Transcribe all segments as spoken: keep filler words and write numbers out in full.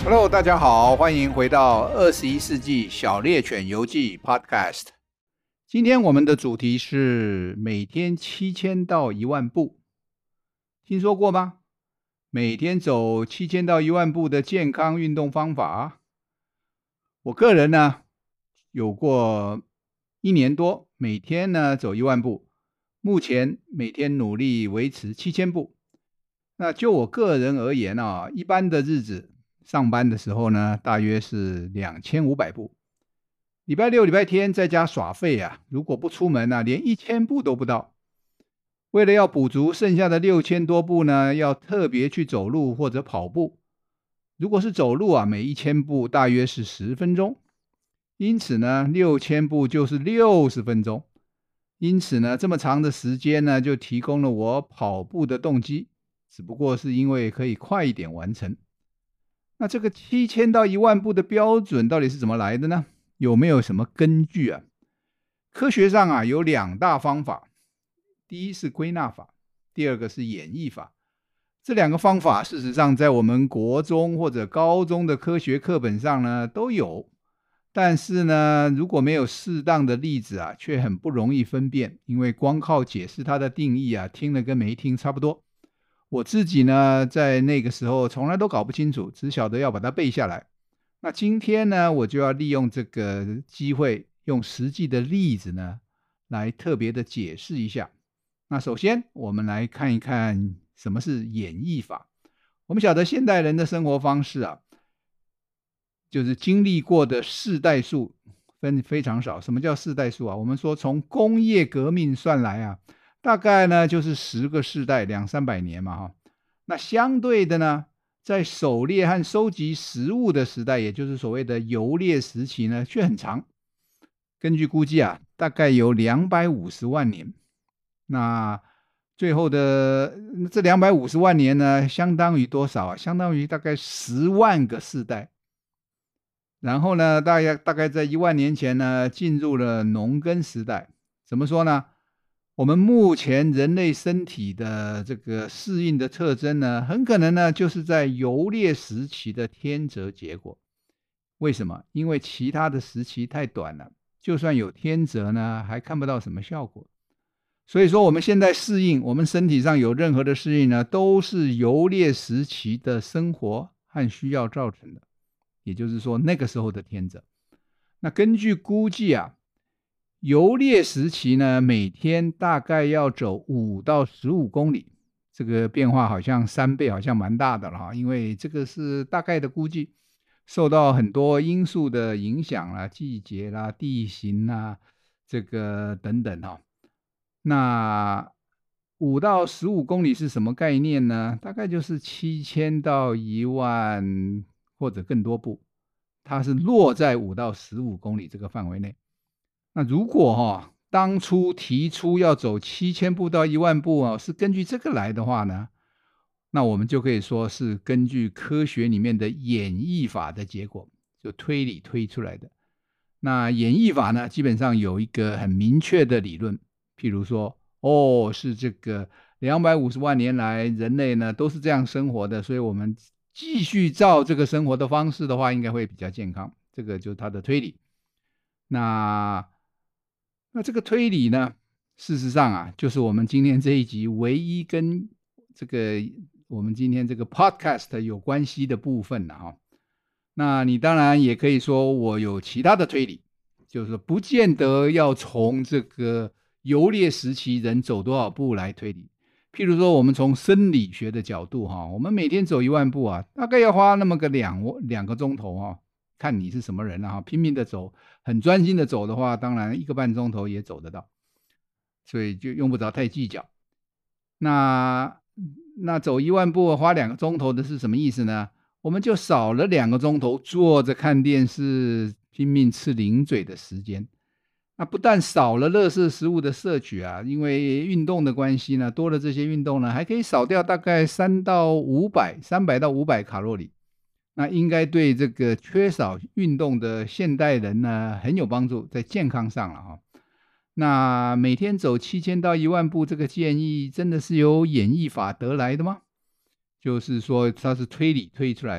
Hello， 大家好，欢迎回到二十一世纪小猎犬游记 Podcast。今天我们的主题是每天七千到一万步，听说过吗？每天走七千到一万步的健康运动方法。我个人呢，有过一年多，每天呢走一万步，目前每天努力维持七千步。那就我个人而言啊，一般的日子上班的时候呢，大约是两千五百步。礼拜六、礼拜天在家耍废啊，如果不出门啊，连一千步都不到。为了要补足剩下的六千多步呢，要特别去走路或者跑步。如果是走路啊，每一千步大约是十分钟，因此呢，六千步就是六十分钟。因此呢，这么长的时间呢，就提供了我跑步的动机，只不过是因为可以快一点完成。那这个七千到一万步的标准到底是怎么来的呢？有没有什么根据啊？科学上啊有两大方法，第一是归纳法，第二个是演绎法。这两个方法事实上在我们国中或者高中的科学课本上呢都有，但是呢，如果没有适当的例子啊，却很不容易分辨，因为光靠解释它的定义啊，听了跟没听差不多。我自己呢，在那个时候从来都搞不清楚，只晓得要把它背下来。那今天呢，我就要利用这个机会，用实际的例子呢，来特别的解释一下。那首先，我们来看一看什么是演绎法。我们晓得现代人的生活方式啊，就是经历过的世代数分非常少。什么叫世代数啊？我们说从工业革命算来啊，大概呢就是十个世代，两三百年嘛哈。那相对的呢，在狩猎和收集食物的时代，也就是所谓的游猎时期呢，却很长。根据估计啊，大概有两百五十万年。那最后的这两百五十万年呢，相当于多少啊？相当于大概十万个世代。然后呢，大概大概在一万年前呢，进入了农耕时代。怎么说呢？我们目前人类身体的这个适应的特征呢，很可能呢就是在游猎时期的天择结果。为什么？因为其他的时期太短了，就算有天择呢，还看不到什么效果。所以说我们现在适应，我们身体上有任何的适应呢，都是游猎时期的生活和需要造成的。也就是说那个时候的天择。那根据估计啊，游猎时期呢，每天大概要走五到十五公里，这个变化好像三倍，好像蛮大的了哈。因为这个是大概的估计，受到很多因素的影响啦，季节啦、地形啦，这个等等哈。那五到十五公里是什么概念呢？大概就是七千到一万或者更多步，它是落在五到十五公里这个范围内。那如果哈、哦、当初提出要走七千步到一万步啊，是根据这个来的话呢，那我们就可以说是根据科学里面的演绎法的结果，就推理推出来的。那演绎法呢，基本上有一个很明确的理论，譬如说，哦，是这个两百五十万年来人类呢都是这样生活的，所以我们继续照这个生活的方式的话，应该会比较健康。这个就是它的推理。那那这个推理呢，事实上啊，就是我们今天这一集唯一跟这个我们今天这个 podcast 有关系的部分了哈。那你当然也可以说我有其他的推理，就是不见得要从这个游猎时期人走多少步来推理。譬如说我们从生理学的角度哈，我们每天走一万步啊，大概要花那么个两两个钟头哈，看你是什么人了哈，拼命的走，很专心的走的话，当然一个半钟头也走得到，所以就用不着太计较。那那走一万步花两个钟头的是什么意思呢？我们就少了两个钟头坐着看电视拼命吃零嘴的时间。那不但少了垃圾食物的摄取啊，因为运动的关系呢，多了这些运动呢，还可以少掉大概三到五百、三百到五百卡路里。那应该对这个缺少运动的现代人呢很有帮助，在健康上了哈。那每天走七千到一万步这个建议，真的是由演绎法得来的吗？就是说它是推理推出来的。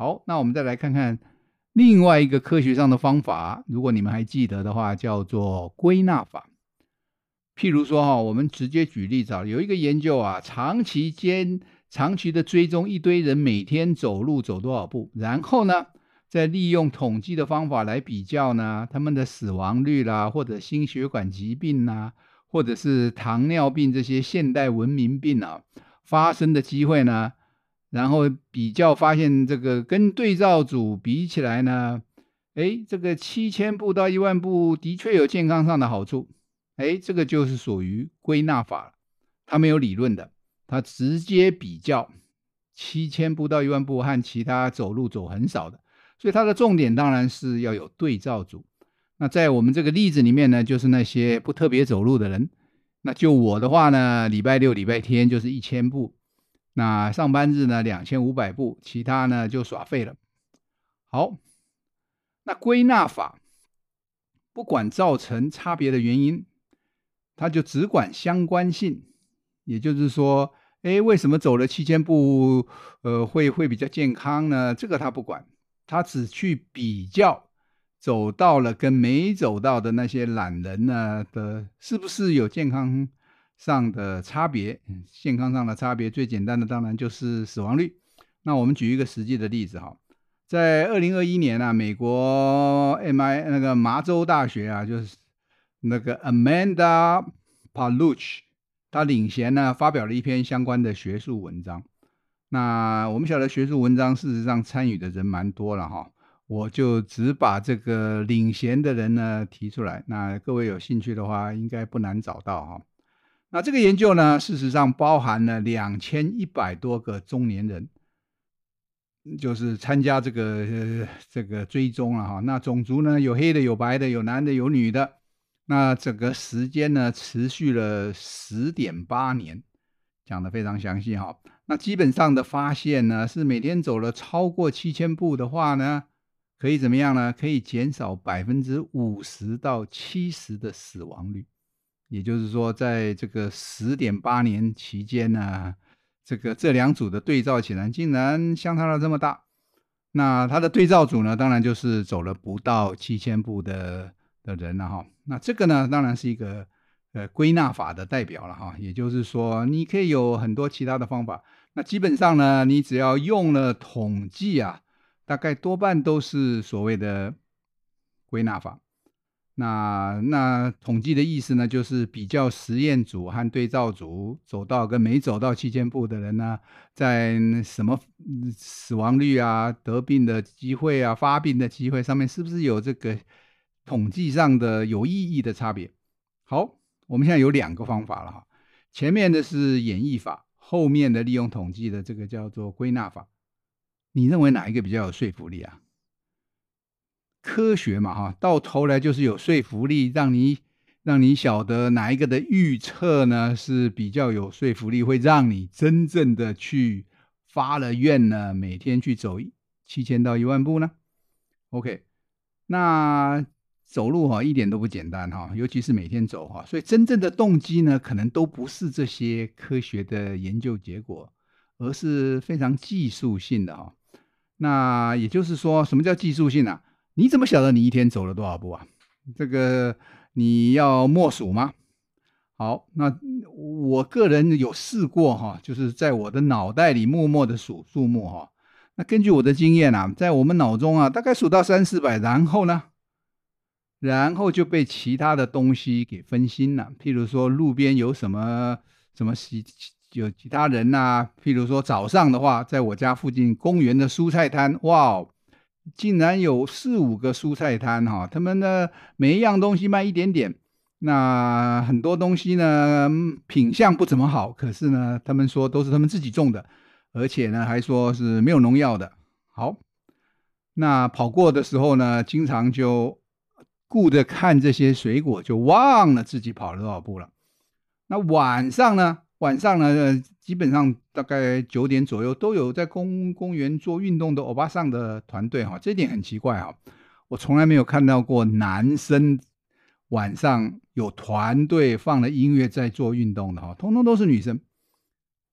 好，那我们再来看看另外一个科学上的方法，如果你们还记得的话，叫做归纳法。譬如说哈，我们直接举例子啊，有一个研究啊，长期间长期的追踪一堆人每天走路走多少步，然后呢，再利用统计的方法来比较呢，他们的死亡率啦，或者心血管疾病啦，或者是糖尿病这些现代文明病啊发生的机会呢，然后比较发现这个跟对照组比起来呢，诶，这个七千步到一万步的确有健康上的好处。诶，这个就是属于归纳法，它没有理论的，它直接比较七千步到一万步和其他走路走很少的，所以它的重点当然是要有对照组。那在我们这个例子里面呢，就是那些不特别走路的人。那就我的话呢，礼拜六礼拜天就是一千步，那上班日呢两千五百步，其他呢就耍废了。好，那归纳法不管造成差别的原因，它就只管相关性，也就是说，诶，为什么走了七千步，呃，会会比较健康呢？这个他不管，他只去比较走到了跟没走到的那些懒人呢的，是不是有健康上的差别？健康上的差别最简单的当然就是死亡率。那我们举一个实际的例子哈，在二零二一年啊，美国 M I 那个麻州大学啊，就是那个 Amanda Paluch， 他领衔呢发表了一篇相关的学术文章。那我们晓得学术文章事实上参与的人蛮多了哈，我就只把这个领衔的人呢提出来，那各位有兴趣的话应该不难找到哈。那这个研究呢，事实上包含了两千一百多个中年人，就是参加这个、呃、这个追踪了哈。那种族呢，有黑的，有白的，有男的，有女的。那整个时间呢，持续了 十点八年，讲得非常详细哈。那基本上的发现呢，是每天走了超过七千步的话呢，可以怎么样呢？可以减少 百分之五十 到 七十 的死亡率。也就是说，在这个 十点八年期间呢，这个这两组的对照起来竟然相差了这么大。那他的对照组呢，当然就是走了不到七千步的的人了哈。那这个呢，当然是一个呃归纳法的代表了哈。也就是说，你可以有很多其他的方法。那基本上呢，你只要用了统计啊，大概多半都是所谓的归纳法。那那统计的意思呢，就是比较实验组和对照组走到跟没走到七千步的人呢，在什么死亡率啊、得病的机会啊、发病的机会上面，是不是有这个统计上的有意义的差别？好，我们现在有两个方法了哈，前面的是演绎法，后面的利用统计的这个叫做归纳法。你认为哪一个比较有说服力啊？科学嘛哈，到头来就是有说服力，让你让你晓得哪一个的预测呢是比较有说服力，会让你真正的去发了愿呢，每天去走七千到一万步呢。OK， 那走路哈一点都不简单哈，尤其是每天走哈，所以真正的动机呢，可能都不是这些科学的研究结果，而是非常技术性的哈。那也就是说，什么叫技术性啊？你怎么晓得你一天走了多少步啊？这个你要默数吗？好，那我个人有试过哈，就是在我的脑袋里默默的数数目哈。那根据我的经验啊，在我们脑中啊，大概数到三四百，然后呢，然后就被其他的东西给分心了。譬如说路边有什么什么其有其他人啊，譬如说早上的话，在我家附近公园的蔬菜摊，哇，竟然有四五个蔬菜摊哈，他们呢每一样东西卖一点点，那很多东西呢品相不怎么好，可是呢他们说都是他们自己种的，而且呢还说是没有农药的。好，那跑过的时候呢，经常就顾着看这些水果，就忘了自己跑了多少步了。那晚上呢？晚上呢，基本上大概九点左右都有在公公园做运动的欧巴桑的团队哈，这点很奇怪哈，我从来没有看到过男生晚上有团队放了音乐在做运动的哈，通通都是女生。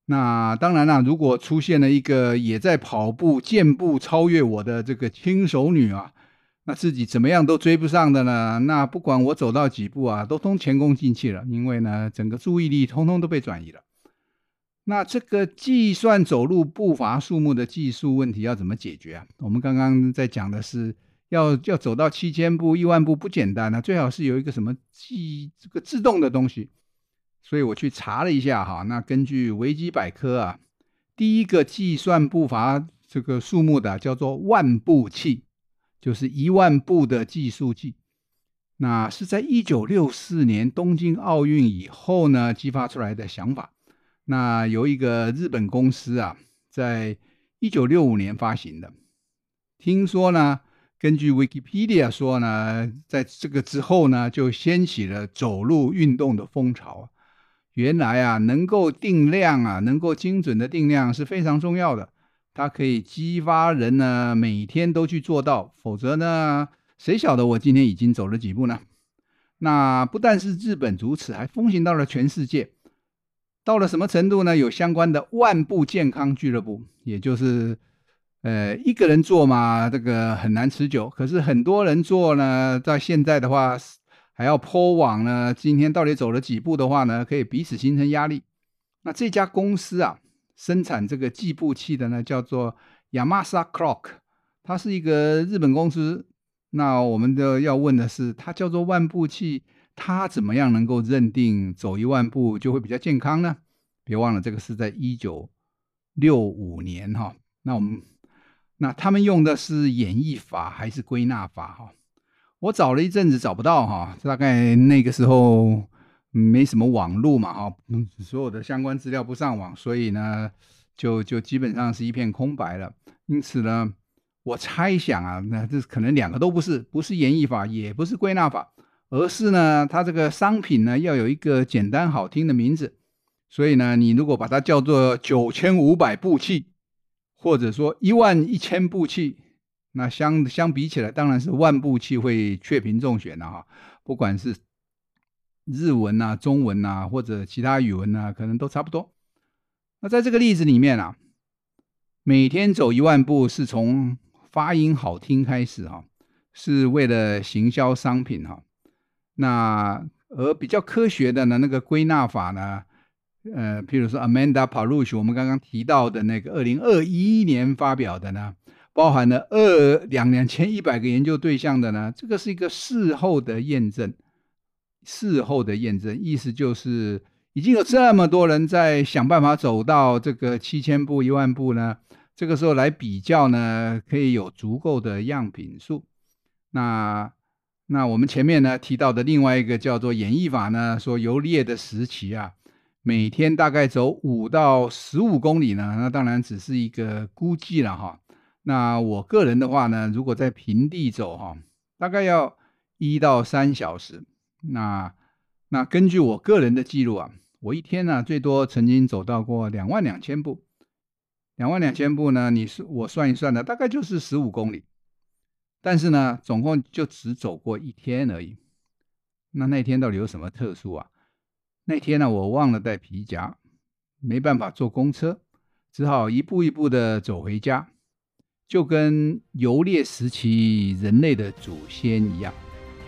那当然啦，如果出现了一个也在跑步健步超越我的这个轻熟女啊，那自己怎么样都追不上的呢，那不管我走到几步啊，都通前功尽弃了，因为呢整个注意力通通都被转移了。那这个计算走路步伐数目的技术问题要怎么解决啊？我们刚刚在讲的是要要走到七千步一万步不简单啊，最好是有一个什么记这个自动的东西。所以我去查了一下哈，那根据维基百科啊，第一个计算步伐这个数目的叫做万步器，就是一万步的计数器。那是在一九六四年东京奥运以后呢激发出来的想法。那由一个日本公司啊，在一九六五年发行的。听说呢，根据 Wikipedia 说呢，在这个之后呢，就掀起了走路运动的风潮。原来啊，能够定量啊，能够精准的定量是非常重要的。它可以激发人呢，每天都去做到，否则呢，谁晓得我今天已经走了几步呢？那不但是日本如此，还风行到了全世界。到了什么程度呢？有相关的万步健康俱乐部，也就是呃一个人做嘛，这个很难持久。可是很多人做呢，在现在的话还要 po 网呢，今天到底走了几步的话呢，可以彼此形成压力。那这家公司啊，生产这个计步器的呢，叫做 Yamasa Clock， 它是一个日本公司。那我们的要问的是，它叫做万步器，它怎么样能够认定走一万步就会比较健康呢？别忘了，这个是在一九六五年哈。那我们那他们用的是演绎法还是归纳法哈？我找了一阵子找不到哈，大概那个时候没什么网路嘛哈，所有的相关资料不上网，所以呢就就基本上是一片空白了。因此呢，我猜想啊，那这可能两个都不是，不是演绎法，也不是归纳法，而是呢它这个商品呢要有一个简单好听的名字。所以呢，你如果把它叫做九千五百步器，或者说一万一千步器，那相相比起来，当然是万步器会确评中选的哈。不管是日文啊、中文啊，或者其他语文啊，可能都差不多。那在这个例子里面啊，每天走一万步是从发音好听开始哈，是为了行销商品哈。那而比较科学的呢，那个归纳法呢，呃，譬如说 Amanda Palush 我们刚刚提到的那个二零二一年发表的呢，包含了二两两千一百个研究对象的呢，这个是一个事后的验证。事后的验证意思就是已经有这么多人在想办法走到这个七千步一万步呢，这个时候来比较呢，可以有足够的样品数。那那我们前面呢提到的另外一个叫做演绎法呢，说游猎的时期啊，每天大概走五到十五公里呢，那当然只是一个估计了哈。那我个人的话呢，如果在平地走哈，大概要一到三小时。那那根据我个人的记录啊，我一天呢最多曾经走到过两万两千步。两万两千步呢，你我算一算呢，大概就是十五公里。但是呢，总共就只走过一天而已。那那天到底有什么特殊啊？那天呢，我忘了带皮夹，没办法坐公车，只好一步一步的走回家，就跟游猎时期人类的祖先一样。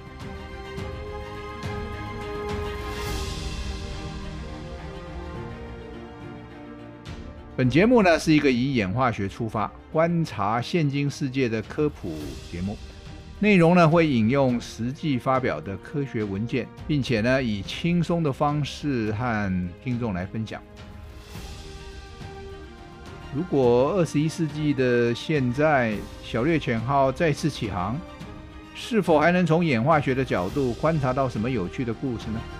本节目呢是一个以演化学出发，观察现今世界的科普节目，内容呢会引用实际发表的科学文件，并且呢以轻松的方式和听众来分享。如果二十一世纪的现在，小猎犬号再次起航，是否还能从演化学的角度观察到什么有趣的故事呢？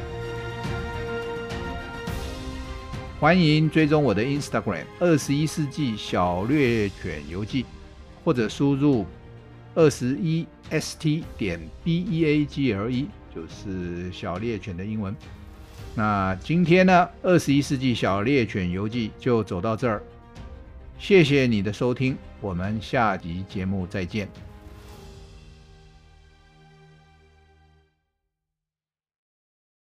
欢迎追踪我的 Instagram 二十一世纪小猎犬游记，或者输入二十一 st 点 beagle， 就是小猎犬的英文。那今天呢，二十一世纪小猎犬游记就走到这儿，谢谢你的收听，我们下集节目再见。